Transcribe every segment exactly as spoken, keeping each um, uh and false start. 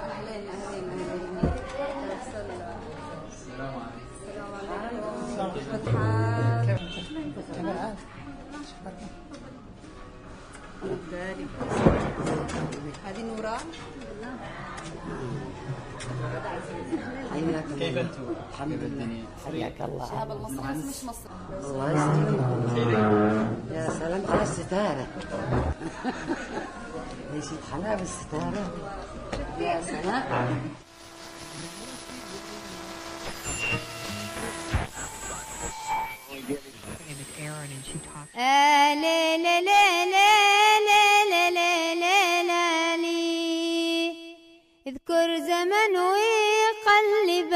أهلين أهلين أهلين. السلام عليكم. كيف الحال؟ هذه نوران. كيف انتم؟ الحمد لله. حياك الله. شهاب المصري مش مصري. الله يسلمك. يا سلام على الستارة. ليش حلاوة الستارة؟ يا سلام. لا لا لا لا لا لا لا لا لي اذكر زمن ويقلب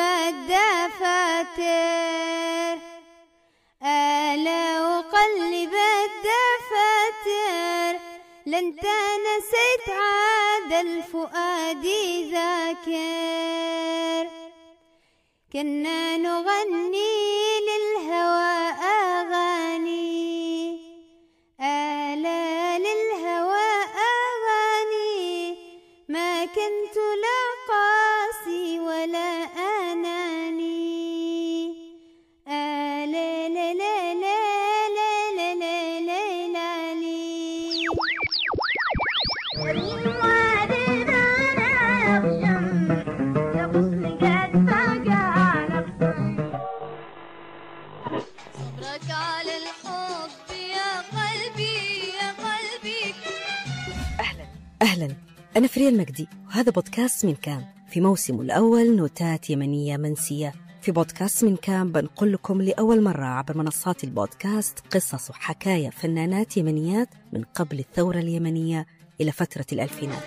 الدفاتر ألا وقلب الدفاتر لانت نسيت عاد الفؤاد ذاكر كنا نغني للهوى أغاني آلا للهوى أغاني ما كنت لا قاسي ولا أناني آلا لا لا لا لا لا لا لا لا لي صبرك على الحب يا قلبي يا قلبي. أهلا أهلا، أنا فريال مجدي وهذا بودكاست من كام في موسمه الأول نوتات يمنية منسية. في بودكاست من كام بنقول لكم لأول مرة عبر منصات البودكاست قصص وحكاية فنانات يمنيات من قبل الثورة اليمنية إلى فترة الألفينات.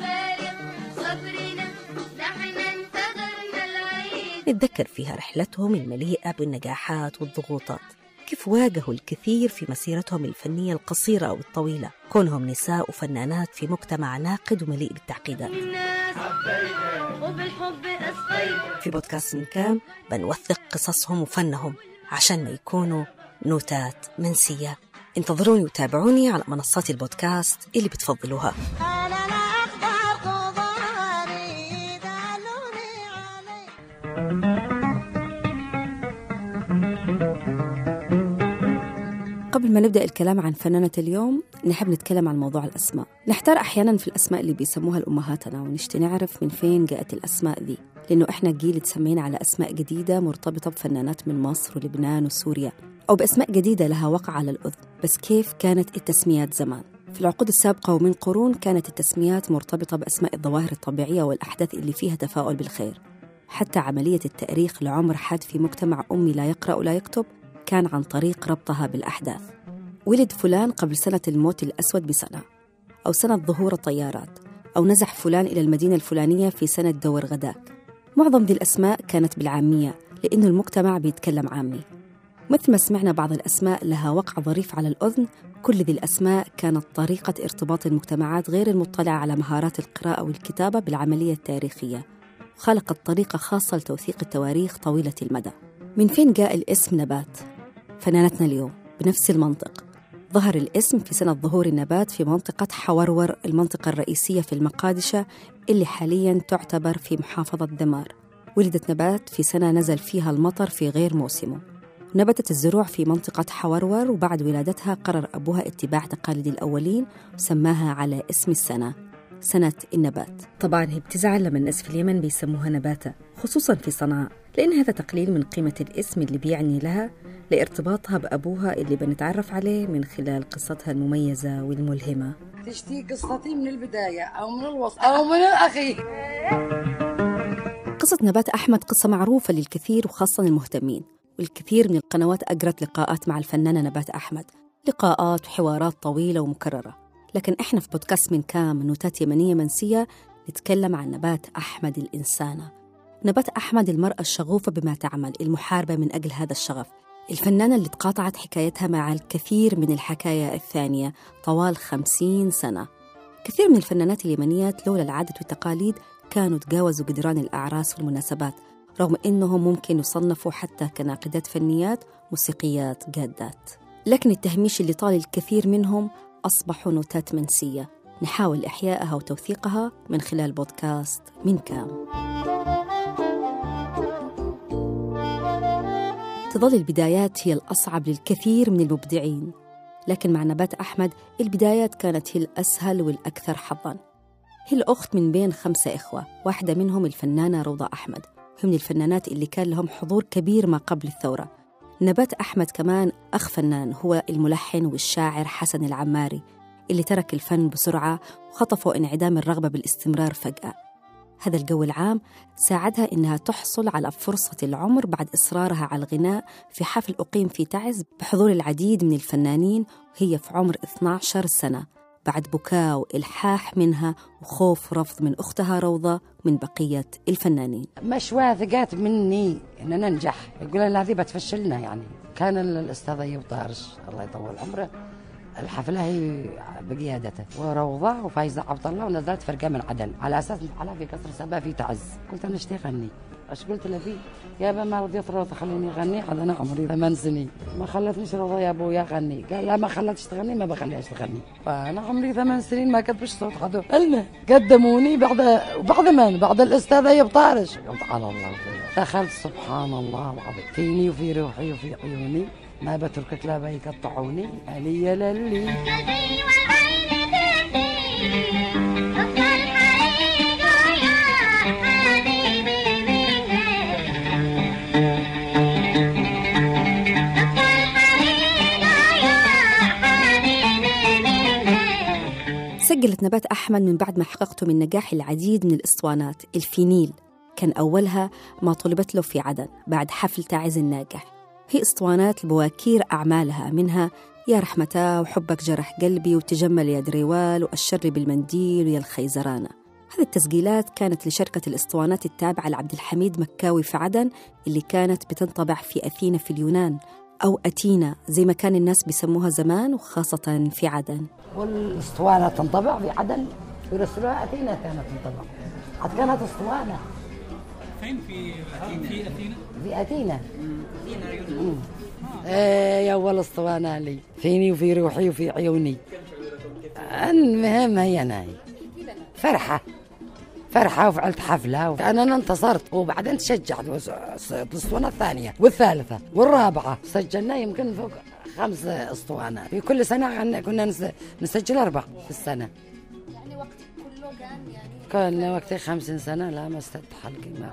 نتذكر فيها رحلتهم المليئة بالنجاحات والضغوطات، كيف واجهوا الكثير في مسيرتهم الفنية القصيرة أو الطويلة، كونهم نساء وفنانات في مجتمع ناقد ومليء بالتعقيدات. في بودكاست من كام بنوثق قصصهم وفنهم عشان ما يكونوا نوتات منسية. انتظروني وتابعوني على منصات البودكاست اللي بتفضلوها. قبل ما نبدأ الكلام عن فنانة اليوم نحب نتكلم عن موضوع الأسماء. نحتار أحياناً في الأسماء اللي بيسموها الأمهاتنا ونشتي نعرف من فين جاءت الأسماء ذي، لأنه إحنا جيل تسمينا على أسماء جديدة مرتبطة بفنانات من مصر ولبنان وسوريا، أو بأسماء جديدة لها وقع على الأذن. بس كيف كانت التسميات زمان؟ في العقود السابقة ومن قرون كانت التسميات مرتبطة بأسماء الظواهر الطبيعية والأحداث اللي فيها تفاؤل بالخير. حتى عملية التأريخ لعمر حد في مجتمع أمي لا يقرأ ولا يكتب كان عن طريق ربطها بالأحداث. ولد فلان قبل سنة الموت الأسود بسنة، أو سنة ظهور الطيارات، أو نزح فلان إلى المدينة الفلانية في سنة دور غداك. معظم ذي الأسماء كانت بالعامية لأنه المجتمع بيتكلم عامي. مثل ما سمعنا بعض الأسماء لها وقع ظريف على الأذن، كل ذي الأسماء كانت طريقة ارتباط المجتمعات غير المطلعة على مهارات القراءة والكتابة بالعملية التاريخية، وخلقت طريقة خاصة لتوثيق التواريخ طويلة المدى. من فين جاء الاسم نبات؟ فنانتنا اليوم بنفس المنطق. ظهر الاسم في سنة ظهور النبات في منطقة حورور، المنطقة الرئيسية في المقادشة اللي حالياً تعتبر في محافظة دمار. ولدت نبات في سنة نزل فيها المطر في غير موسمه. نبتت الزروع في منطقة حورور، وبعد ولادتها قرر أبوها اتباع تقاليد الأولين وسماها على اسم السنة، سنة النبات. طبعاً هي بتزعل لما الناس في اليمن بيسموها نباتة، خصوصاً في صنعاء، لأن هذا تقليل من قيمة الاسم اللي بيعني لها لارتباطها بأبوها اللي بنتعرف عليه من خلال قصتها المميزة والملهمة. تشتي قصتي من البداية أو من الوسط أو من الأخير. قصة نبات أحمد قصة معروفة للكثير وخاصة المهتمين، والكثير من القنوات أجرت لقاءات مع الفنانة نبات أحمد، لقاءات وحوارات طويلة ومكررة. لكن إحنا في بودكاست من كام نوتات يمنية منسية نتكلم عن نبات أحمد الإنسانة. نبات أحمد المرأة الشغوفة بما تعمل، المحاربة من أجل هذا الشغف، الفنانة اللي تقاطعت حكايتها مع الكثير من الحكاية الثانية طوال خمسين سنة. كثير من الفنانات اليمنيات لولا العادة والتقاليد كانوا تجاوزوا جدران الأعراس والمناسبات، رغم أنهم ممكن يصنفوا حتى كناقدات فنيات، موسيقيات، جادات. لكن التهميش اللي طال الكثير منهم أصبحوا نوتات منسية، نحاول إحيائها وتوثيقها من خلال بودكاست من كام. تظل البدايات هي الأصعب للكثير من المبدعين، لكن مع نبات أحمد البدايات كانت هي الأسهل والأكثر حظاً. هي الأخت من بين خمسة إخوة، واحدة منهم الفنانة روضة أحمد، هي من الفنانات اللي كان لهم حضور كبير ما قبل الثورة. نبات أحمد كمان أخ فنان هو الملحن والشاعر حسن العماري، اللي ترك الفن بسرعة وخطفوا انعدام الرغبة بالاستمرار فجأة. هذا الجو العام ساعدها إنها تحصل على فرصة العمر بعد إصرارها على الغناء في حفل أقيم في تعز بحضور العديد من الفنانين وهي في عمر اثنتي عشرة سنة، بعد بكاء وإلحاح منها وخوف رفض من أختها روضة من بقية الفنانين. مش واثقات مني إن أنا أنجح، يقول هذه بتفشلنا. يعني كان الأستاذ أيوب طارش الله يطول عمره الحفلة هي بقيادته وروضة وفايزة عبد الله، ونزلت فرقة من عدن على أساس على في قصر سبا في تعز. قلت أنا اشتي غني، ايش قلت له فيه؟ يابا ما رضيت روضة خليني أغني، عاد أنا عمري ثمان سنين ما خلتنيش روضة يا أبويا غني. قال لا ما خلتش تغني ما بخليهاش تغني. فأنا عمري ثمان سنين ما كتبش صوت حدا. قلنا قدموني بعد بعد من بعد الأستاذ أيوب طارش. قلت على الله. دخلت سبحان الله العظيم فيني وفي روحي وفي عيوني ما بتركك لا بيقطعوني علي للي. سجلت نبات أحمد من بعد ما حققته من نجاح العديد من الإسطوانات. الفينيل كان أولها ما طلبت له في عدن بعد حفل تعز الناجح. هي اسطوانات بواكير أعمالها، منها يا رحمتا وحبك جرح قلبي وتجمل يا دريوال وأشر بالمنديل ويا الخيزرانة. هذه التسجيلات كانت لشركة الاسطوانات التابعة لعبد الحميد مكاوي في عدن، اللي كانت بتنطبع في أثينا في اليونان، أو أتينا زي ما كان الناس بيسموها زمان، وخاصة في عدن. والاسطوانة تنطبع في عدن ويرسلوها أثينا، كانت تنطبع. عاد كانت اسطوانة فين في في أثينا؟ في أثينا. أثينا ايه يا أول اسطوانة لي فيني وفي روحي وفي عيوني. المهم هي أنا فرحة فرحة وفعلت حفلة أنا انتصرت، وبعدين تشجعت الاسطوانة الثانية والثالثة والرابعة. سجلنا يمكن فوق خمس اسطوانات في كل سنة، كنا نسجل أربع في السنة. يعني وقتك كله كان يعني كان وقتي خمسين سنة. لا ما استد حلقي ما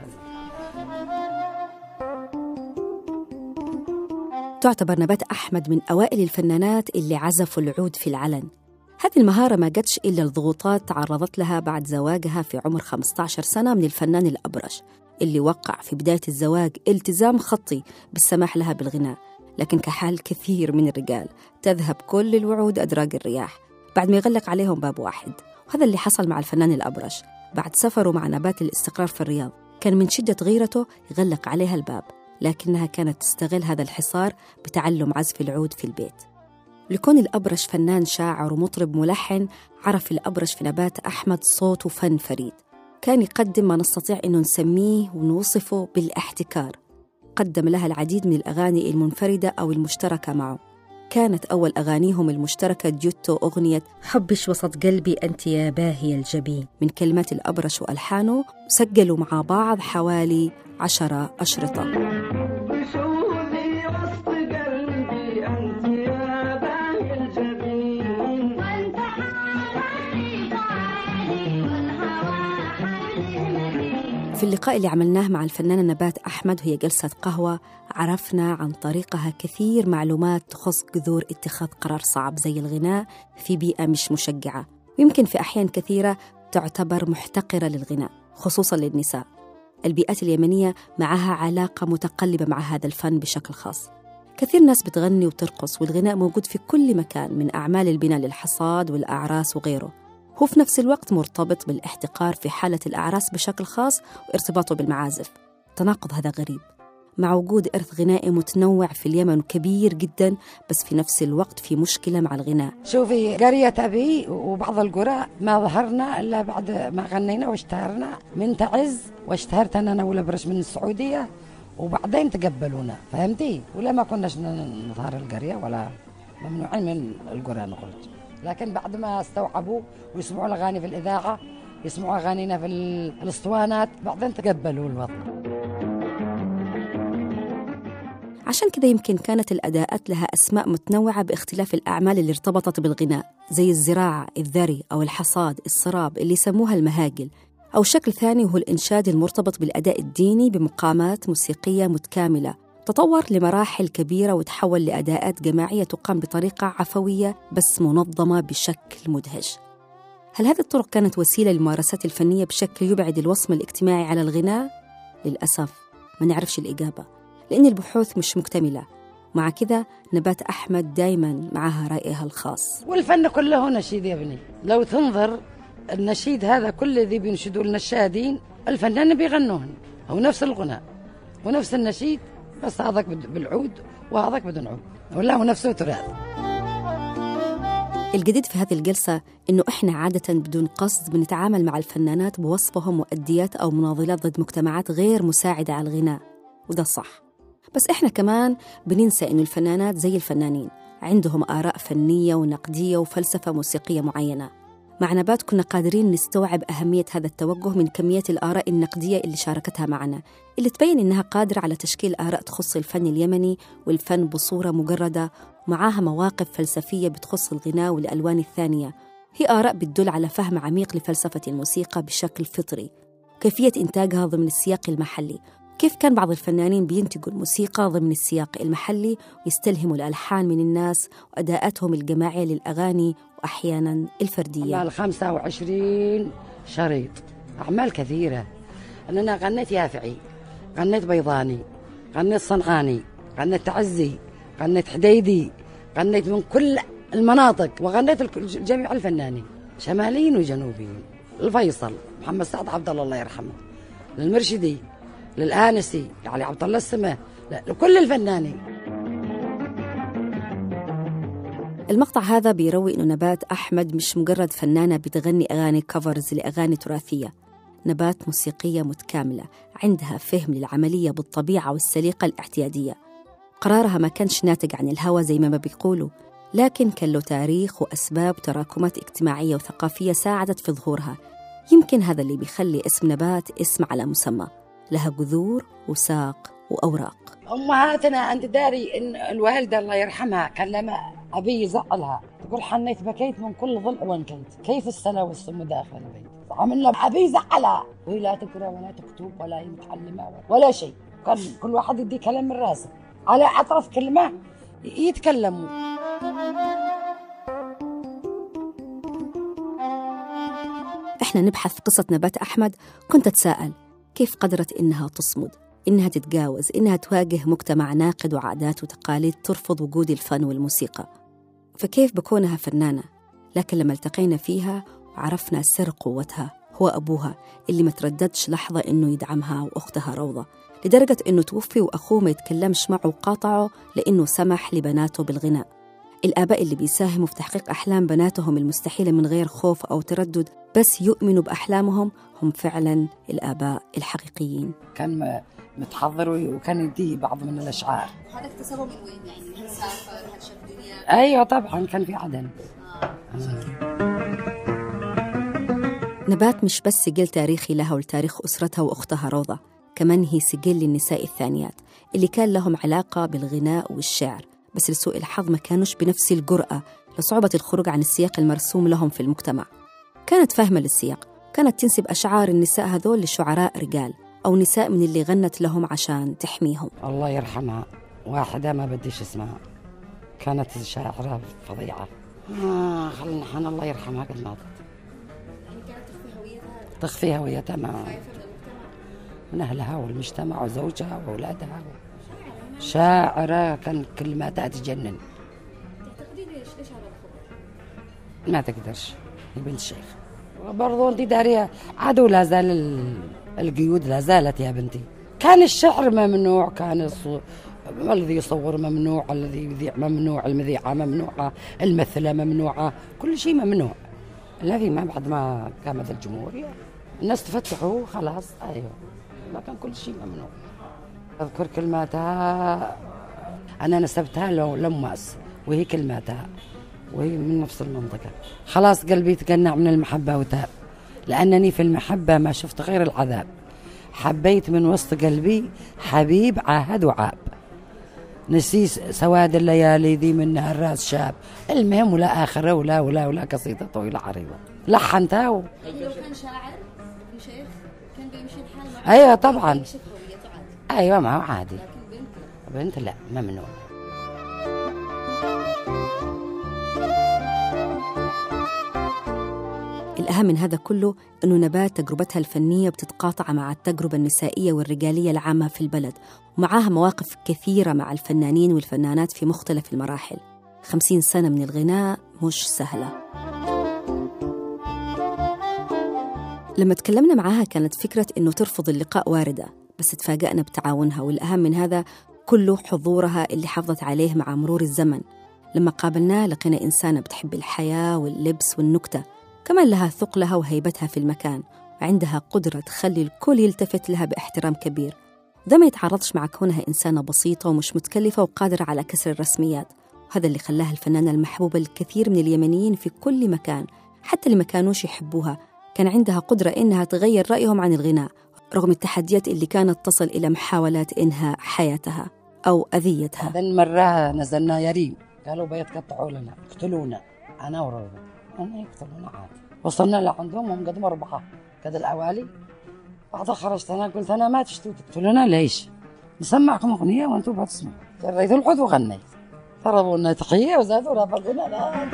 تعتبر نبات أحمد من أوائل الفنانات اللي عزفوا العود في العلن. هذه المهارة ما جتش إلا الضغوطات تعرضت لها بعد زواجها في عمر خمسة عشر سنة من الفنان الأبرش، اللي وقع في بداية الزواج التزام خطي بالسماح لها بالغناء، لكن كحال كثير من الرجال تذهب كل الوعود أدراج الرياح بعد ما يغلق عليهم باب واحد. وهذا اللي حصل مع الفنان الأبرش بعد سفره مع نبات الاستقرار في الرياض. كان من شدة غيرته يغلق عليها الباب، لكنها كانت تستغل هذا الحصار بتعلم عزف العود في البيت. لكون الأبرش فنان شاعر ومطرب ملحن، عرف الأبرش في نبات أحمد صوت وفن فريد. كان يقدم ما نستطيع أنه نسميه ونوصفه بالاحتكار. قدم لها العديد من الأغاني المنفردة أو المشتركة معه. كانت أول أغانيهم المشتركة ديوتو أغنية حبش وسط قلبي أنت يا باهي الجبين من كلمات الأبرش وألحانه، وسجلوا مع بعض حوالي عشرة أشرطة. في اللقاء اللي عملناه مع الفنانة نبات أحمد وهي جلسة قهوة، عرفنا عن طريقها كثير معلومات تخص جذور اتخاذ قرار صعب زي الغناء في بيئة مش مشجعة، ويمكن في أحيان كثيرة تعتبر محتقرة للغناء خصوصاً للنساء. البيئات اليمنية معها علاقة متقلبة مع هذا الفن بشكل خاص. كثير ناس بتغني وترقص، والغناء موجود في كل مكان من أعمال البناء للحصاد والأعراس وغيره. هو في نفس الوقت مرتبط بالاحتقار في حالة الأعراس بشكل خاص وارتباطه بالمعازف. تناقض هذا غريب مع وجود إرث غنائي متنوع في اليمن كبير جدا، بس في نفس الوقت في مشكلة مع الغناء. شوفي قرية أبي وبعض القرى ما ظهرنا إلا بعد ما غنينا واشتهرنا من تعز، واشتهرت أنا والأبرش من السعودية، وبعدين تقبلونا، فهمتي؟ ولا ما كناش نظهر القرية ولا ممنوعين من القرى نخرج. لكن بعد ما استوعبوا ويسمعوا الأغاني في الإذاعة، يسمعوا أغانينا في الأسطوانات، بعدين تقبلوا الوضع. عشان كذا يمكن كانت الأداءات لها أسماء متنوعة باختلاف الأعمال اللي ارتبطت بالغناء، زي الزراعة، الذري أو الحصاد، الصراب اللي يسموها المهاجل، أو شكل ثاني وهو الإنشاد المرتبط بالأداء الديني بمقامات موسيقية متكاملة، تطور لمراحل كبيرة وتحول لأداءات جماعية تقام بطريقة عفوية بس منظمة بشكل مدهش. هل هذه الطرق كانت وسيلة للممارسات الفنية بشكل يبعد الوصم الاجتماعي على الغناء؟ للأسف ما نعرفش الإجابة، لأن البحوث مش مكتملة. مع كذا نبات أحمد دايماً معها رأيها الخاص. والفن كله نشيد يا ابني. لو تنظر النشيد هذا كل ذي بينشدوا النشادين الفنان بيغنوهن، هو نفس الغناء ونفس النشيد، بس هذاك بالعود وهذاك بدون عود، ولا هو نفسه تراث. الجديد في هذه الجلسة إنه إحنا عادة بدون قصد بنتعامل مع الفنانات بوصفهم مؤديات أو مناضلات ضد مجتمعات غير مساعدة على الغناء، وده صح. بس إحنا كمان بننسى إنه الفنانات زي الفنانين عندهم آراء فنية ونقدية وفلسفة موسيقية معينة. مع نبات كنا قادرين نستوعب أهمية هذا التوجه من كمية الآراء النقدية اللي شاركتها معنا، اللي تبين إنها قادرة على تشكيل آراء تخص الفن اليمني والفن بصورة مجردة، ومعاها مواقف فلسفية بتخص الغناء والألوان الثانية. هي آراء بتدل على فهم عميق لفلسفة الموسيقى بشكل فطري، كيفية إنتاجها ضمن السياق المحلي، كيف كان بعض الفنانين بينتجوا الموسيقى ضمن السياق المحلي ويستلهموا الألحان من الناس وأداءاتهم الجماعية للأغاني وأحياناً الفردية. أعمال خمسة وعشرين شريط، أعمال كثيرة. أنا غنيت يافعي، غنيت بيضاني، غنيت صنعاني، غنيت تعزي، غنيت حديدي، غنيت من كل المناطق، وغنيت جميع الفنانين شماليين وجنوبيين. الفيصل، محمد سعد عبد الله الله يرحمه، للمرشدي، للآنسي، علي عبد الله السماء، لكل الفنانين. المقطع هذا بيروي إنه نبات أحمد مش مجرد فنانة بتغني أغاني كفرز لأغاني تراثية، نبات موسيقية متكاملة عندها فهم للعملية بالطبيعة والسليقة الاعتيادية. قرارها ما كانش ناتج عن الهوى زي ما بيقولوا، لكن كان له تاريخ وأسباب تراكمات اجتماعية وثقافية ساعدت في ظهورها. يمكن هذا اللي بيخلي اسم نبات اسم على مسمى، لها جذور وساق وأوراق. أمهاتنا أنت داري إن الوالدة الله يرحمها كان لما أبي يزعلها تقول حنيت بكيت من كل ضلع وانكيت، كيف السلا والسم داخل البيت. عملنا أبي يزعلها وهي لا تقرأ ولا تكتب ولا هي متعلمة ولا شيء، كان كل واحد يدي كلام من راسه، على أطرف كلمة يتكلموا. إحنا نبحث قصة نبات أحمد. كنت أتساءل كيف قدرت إنها تصمد، إنها تتجاوز، إنها تواجه مجتمع ناقد وعادات وتقاليد ترفض وجود الفن والموسيقى. فكيف بكونها فنانة؟ لكن لما التقينا فيها وعرفنا سر قوتها، هو أبوها اللي ما ترددش لحظة إنه يدعمها، وأختها روضة، لدرجة إنه توفي وأخوه ما يتكلمش معه وقاطعه لأنه سمح لبناته بالغناء. الآباء اللي بيساهموا في تحقيق أحلام بناتهم المستحيلة من غير خوف أو تردد، بس يؤمنوا بأحلامهم، هم فعلاً الآباء الحقيقيين. كان متحضر وكان يدي بعض من الأشعار. وهذا اكتسبه من وين يعني؟ هل سافر؟ هل شاف دنيا؟ أيوة طبعاً كان في عدن. نبات مش بس سجل تاريخي لها ولتاريخ أسرتها وأختها روضة، كمان هي سجل للنساء الثانيات اللي كان لهم علاقة بالغناء والشعر، بس لسوء الحظ ما كانوش بنفس الجرأة لصعوبة الخروج عن السياق المرسوم لهم في المجتمع. كانت فاهمة للسياق، كانت تنسب أشعار النساء هذول لشعراء رجال أو نساء من اللي غنت لهم عشان تحميهم. الله يرحمها، واحدة ما بديش اسمها، كانت شاعرة فظيعة. آه خلنا حنا الله يرحمها قد ماتت. يعني كانت تخفي هويتها؟ تخفي هويتها ما من أهلها والمجتمع وزوجها وأولادها. شاعرة كان كلماتها تجنن. تعتقدي ليش ليش هذا الخبر؟ ما تقدرش، هي بنت الشيخ. برضو انت دارية عدو، لا زال القيود لا زالت يا بنتي. كان الشعر ممنوع، كان الصو... الذي يصور ممنوع، الذي يذيع ممنوع، المذيعة ممنوعة، المثلة ممنوعة، كل شيء ممنوع. الذي ما بعد ما قامت الجمهورية الناس تفتحوا خلاص. أيوه لكن كل شيء ممنوع. أذكر كلماتها، أنا نسبتها لأماس وهي كلماتها، وهي من نفس المنطقة. خلاص قلبي تقنع من المحبة وتاب، لأنني في المحبة ما شفت غير العذاب. حبيت من وسط قلبي حبيب عاهد وعاب، نسيس سواد الليالي ذي منها الراس شاب. المهم ولا آخرة ولا ولا ولا قصيدة طويلة عريضة لحنتها و... لو كان شاعر في شيخ كان بيمشي الحال معه. أيوة طبعا. يكشف هويته عادي. أيوة ما هو عادي. لكن بنت لا. بنت لا، ممنوع. الأهم من هذا كله أنه نبات تجربتها الفنية بتتقاطع مع التجربة النسائية والرجالية العامة في البلد، ومعاها مواقف كثيرة مع الفنانين والفنانات في مختلف المراحل. خمسين سنة من الغناء مش سهلة. لما تكلمنا معاها كانت فكرة أنه ترفض اللقاء واردة، بس تفاجأنا بتعاونها، والأهم من هذا كله حضورها اللي حافظت عليه مع مرور الزمن. لما قابلناه لقينا إنسانة بتحب الحياة واللبس والنكتة، كمان لها ثقلها وهيبتها في المكان، وعندها قدرة تخلي الكل يلتفت لها باحترام كبير. ده ما يتعرضش مع كونها إنسانة بسيطة ومش متكلفة وقادرة على كسر الرسميات. وهذا اللي خلاها الفنانة المحبوبة للكثير من اليمنيين في كل مكان، حتى اللي ما كانوش يحبوها كان عندها قدرة إنها تغير رأيهم عن الغناء رغم التحديات اللي كانت تصل إلى محاولات إنهاء حياتها أو أذيتها. هذا مرة نزلنا يريم، قالوا بيتقطعوا لنا يقتلونا أنا وربع، أنا يقتلونا عادي. وصلنا لعندهم هم قد أربعة كذا الأوالي. بعد خرجت أنا قلت أنا ما تشتوا تقتلونا ليش؟ نسمعكم أغنية وأنتم بتسمعوا. جريت العود وغنيت، ضربوا لنا تحية وزادوا رافقونا. لا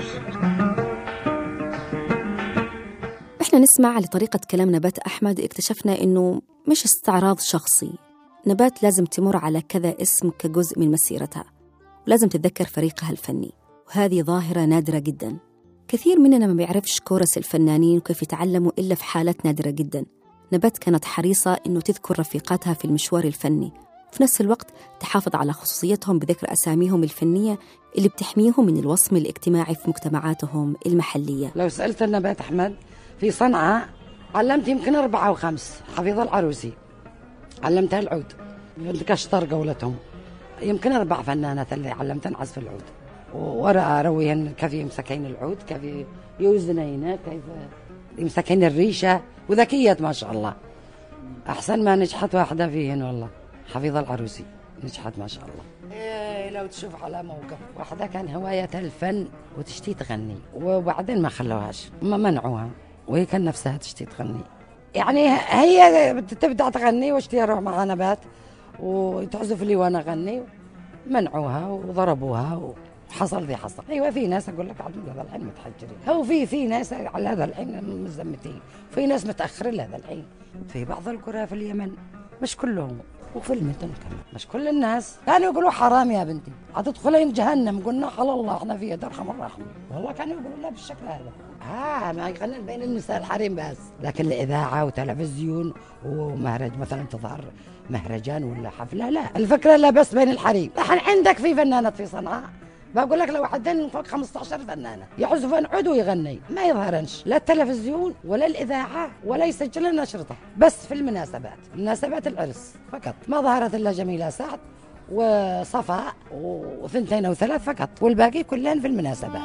إحنا نسمع لطريقة كلام نبات أحمد اكتشفنا إنه مش استعراض شخصي. نبات لازم تمر على كذا اسم كجزء من مسيرتها، ولازم تتذكر فريقها الفني، وهذه ظاهرة نادرة جداً. كثير مننا ما بيعرفش كورس الفنانين وكيف يتعلموا إلا في حالات نادرة جداً. نبات كانت حريصة إنه تذكر رفيقاتها في المشوار الفني، وفي نفس الوقت تحافظ على خصوصيتهم بذكر أساميهم الفنية اللي بتحميهم من الوصم الاجتماعي في مجتمعاتهم المحلية. لو سألت نبات أحمد في صنعاء علمت يمكن أربعة وخمس، حفيظة العروسي علمتها العود، بنت كشطر قولتهم، يمكن أربع فنانات اللي علمتن عزف العود، وراء أرويهن كيف يمسكين العود، كيف يوزنينه، كيف يمسكين الريشة، وذكيات ما شاء الله. أحسن ما نجحت واحدة فيهن والله، حفيظة العروسي نجحت ما شاء الله. إيه لو تشوف على موقف واحدة كان هوايتها الفن وتشتي تغني، وبعدين ما خلوهاش، ما منعوها، وهي كان نفسها تشتي تغني. يعني هي تبدأ تغني واشتي أروح مع نبات وتعزف لي وأنا أغني، منعوها وضربوها وحصل ذي حصل. أيوة في ناس أقول لك عدوا لهذا الحين متحجرين، هو في في ناس على هذا الحين مزمتين، في ناس متأخرين لهذا الحين. في بعض القرى في اليمن مش كلهم، وفي المدن كمان مش كل الناس كانوا يقولوا حرام يا بنتي هتدخلين جهنم، قلنا حلال الله احنا فيها درهم الرحمة، والله كانوا يقولوا لا بالشكل هذا. اه ما يغنى بين النساء الحريم بس، لكن الإذاعة وتلفزيون ومهرج مثلا تظهر مهرجان ولا حفلة، لا الفكرة لا بس بين الحريم. الحين عندك في فنانة في صنعاء بقول لك لو حدين فوق خمسة عشر فنانة يعزفون عود ويغني، ما يظهرنش لا التلفزيون ولا الإذاعة ولا يسجلن نشرته، بس في المناسبات، مناسبات العرس فقط. ما ظهرت إلا جميلة سعد وصفاء وثنتين أو ثلاث فقط، والباقي كلهن في المناسبات.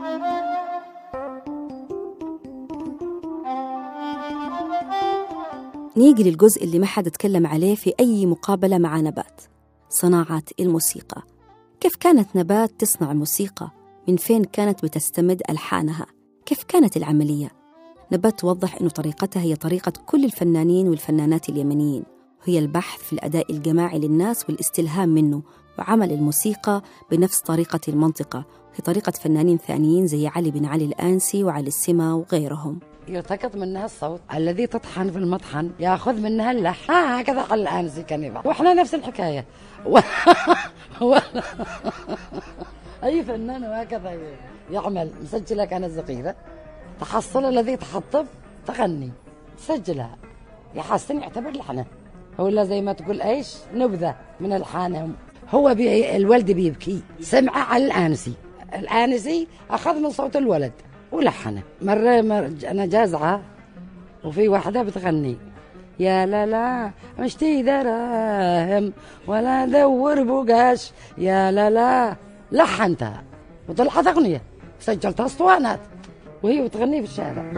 نيجي للجزء اللي ما حد اتكلم عليه في أي مقابلة مع نبات، صناعة الموسيقى. كيف كانت نبات تصنع الموسيقى؟ من فين كانت بتستمد ألحانها؟ كيف كانت العملية؟ نبات توضح أنه طريقتها هي طريقة كل الفنانين والفنانات اليمنيين، هي البحث في الأداء الجماعي للناس والاستلهام منه، وعمل الموسيقى بنفس طريقة المنطقة، هي طريقة فنانين ثانيين زي علي بن علي الآنسي وعلي السما وغيرهم. يلتقط منها الصوت الذي تطحن في المطحن، ياخذ منها اللحن. ها هكذا على الآنسي كان يفعل، واحنا نفس الحكاية. و... أي فنان وهكذا يعمل. مسجلة كانت صغيرة، تحصل الذي تحطب تغني، تسجلها يحسن يعتبر لحنه، ولا زي ما تقول ايش نبذة من الحانة. هو بي... الولد بيبكي، سمع على الآنسي، الآنسي أخذ من صوت الولد ولحنه. مرة, مرة أنا جازعة وفي واحدة بتغني يا لا لا مشتي دراهم ولا دور بقاش يا لا لا، لحنتها وطلعت أغنية سجلتها اسطوانات وهي بتغني في الشارع.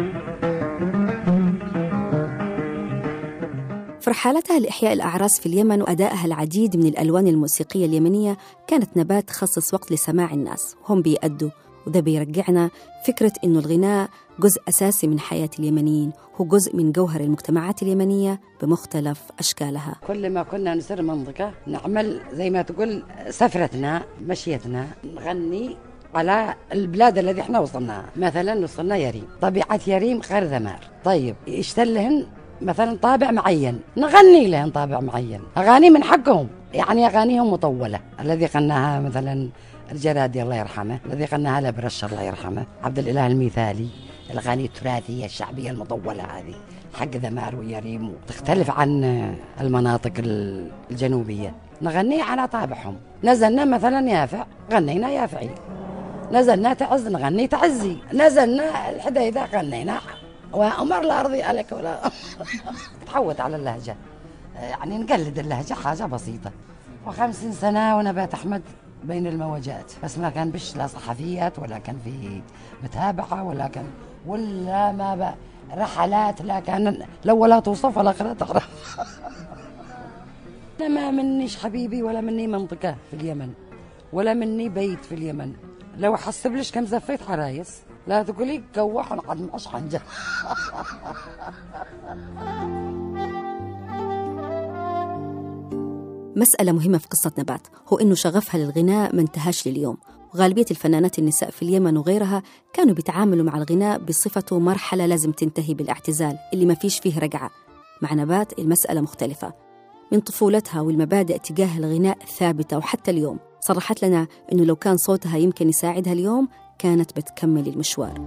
في رحلتها لإحياء الأعراس في اليمن وأدائها العديد من الألوان الموسيقية اليمنية، كانت نبات تخصص وقت لسماع الناس وهم بيأدوا. وده بيرجعنا فكرة إنه الغناء جزء أساسي من حياة اليمنيين، هو جزء من جوهر المجتمعات اليمنية بمختلف أشكالها. كل ما كنا نسر منطقة نعمل زي ما تقول سفرتنا مشيتنا، نغني على البلاد الذي احنا وصلناها. مثلا وصلنا يريم، طبيعة يريم غير ذمار، طيب يشتلهن مثلا طابع معين، نغني لهم طابع معين، أغاني من حقهم، يعني أغانيهم مطولة. الذي غناها مثلا الجرادي الله يرحمه، الذي غناها الأبرش الله يرحمه، عبد الإله المثالي، الأغاني التراثية الشعبية المطولة هذه حق ذمار ويريم، تختلف عن المناطق الجنوبية. نغني على طابعهم. نزلنا مثلا يافع غنينا يافعي، نزلنا تعز نغني تعزي، نزلنا الحديدة غنينا وأمر الأرضي عليك ولا تحوت على اللهجة، يعني نقلد اللهجة حاجة بسيطة. وخمسين سنة ونبات أحمد بين الموجات، بس ما كان بش لا صحفيات ولا كان في متابعة ولا كان ولا ما بقى رحلات، لا كان لو ولا توصف ولا لا تعرف. أنا ما منيش حبيبي ولا مني منطقة في اليمن ولا مني بيت في اليمن. لو حسب ليش كم زفيت حرايس لا تقولي كوح عاد معش حنجة. مسألة مهمة في قصة نبات هو إنه شغفها للغناء ما انتهاش لليوم، وغالبية الفنانات النساء في اليمن وغيرها كانوا بيتعاملوا مع الغناء بصفته مرحلة لازم تنتهي بالاعتزال اللي ما فيش فيه رجعة. مع نبات المسألة مختلفة، من طفولتها والمبادئ تجاه الغناء ثابتة، وحتى اليوم صرحت لنا إنه لو كان صوتها يمكن يساعدها اليوم كانت بتكمل المشوار.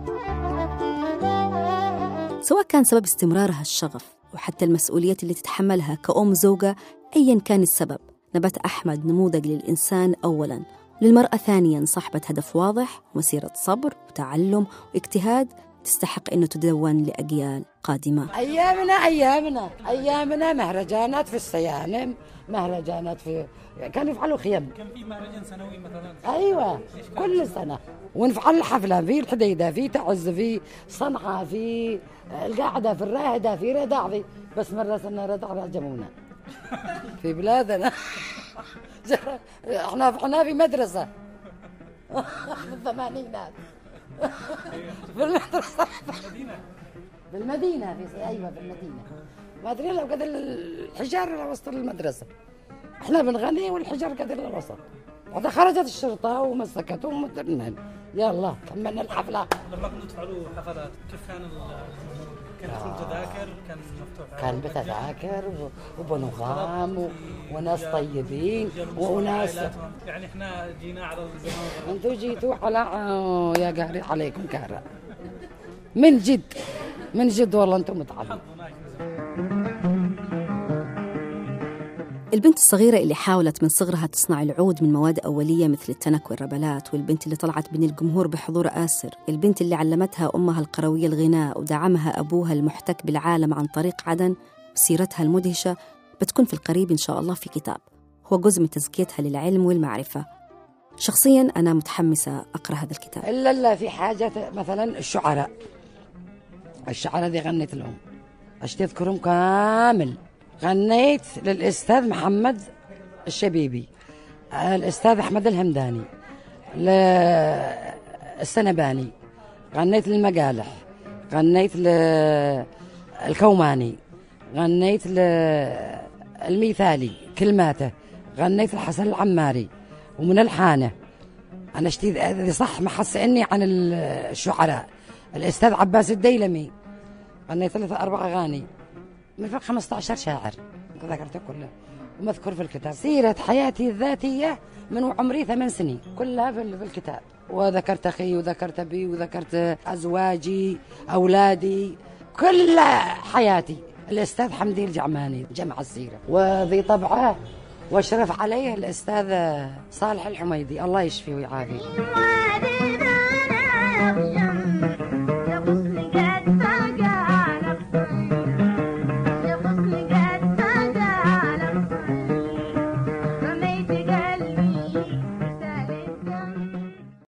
سواء كان سبب استمرارها الشغف وحتى المسؤوليات اللي تتحملها كأم زوجة، أياً كان السبب، نبات أحمد نموذج للإنسان أولاً، للمرأة ثانياً صاحبة هدف واضح ومسيرة صبر وتعلم واجتهاد تستحق أنه تدون لأجيال قادمة. أيامنا أيامنا أيامنا مهرجانات في السيانم، مهرجانات في كانوا يفعلوا خيم، كان في مهرجان سنوي مثلا. أيوة كل سنة ونفعل حفلة في الحديدة، في تعز، في صنعاء، في القاعدة، في الراهدة، في رداع، في بس مرة سنة رداع رجمونا في بلادنا. احنا احنا في مدرسة في الثمانينات في المدرسة في المدينة في أيوة في المدينة، ما أدري لو قدر الحجار وسط المدرسة، احنا بنغني والحجار قدر الوسط. بعد خرجت الشرطة ومسكتهم ومدرنا يلا كملنا الحفلة. لما كنتوا تفعلوا حفلات كيف كان كان يدخل تذاكر؟ كان مفتوح؟ كان بتذاكر وبنظام و... وناس طيبين وناس، يعني احنا جينا على الزمان. انتوا جيتوا على يا قاري عليكم كهرة من جد من جد والله انتم متعبين. البنت الصغيرة اللي حاولت من صغرها تصنع العود من مواد أولية مثل التنك والربلات، والبنت اللي طلعت بين الجمهور بحضور آسر، البنت اللي علمتها أمها القروية الغناء ودعمها أبوها المحتك بالعالم عن طريق عدن، وسيرتها المدهشة بتكون في القريب إن شاء الله في كتاب هو جزء من تزكيتها للعلم والمعرفة. شخصياً أنا متحمسة أقرأ هذا الكتاب. إلا لا في حاجة مثلاً الشعراء الشعراء دي غنيت لهم أش تذكرهم كامل. غنيت للأستاذ محمد الشبيبي، الأستاذ أحمد الهمداني، للسنباني، غنيت للمقالح، غنيت للكوماني، غنيت للميثالي كلماته، غنيت للحسن العماري ومن الحانة. أنا اشتيت هذه صح ما حسني عن الشعراء. الأستاذ عباس الديلمي غنيت له أربع أغاني من فوق خمسة عشر شاعر ذكرته كله ومذكور في الكتاب. سيرة حياتي الذاتية من وعمري ثمان سنين كلها في الكتاب، وذكرت أخي وذكرت أبي وذكرت أزواجي أولادي كل حياتي. الأستاذ حمدي الجعماني جمع السيرة، وذي طبعه واشرف عليه الأستاذ صالح الحميدي الله يشفيه ويعافيه.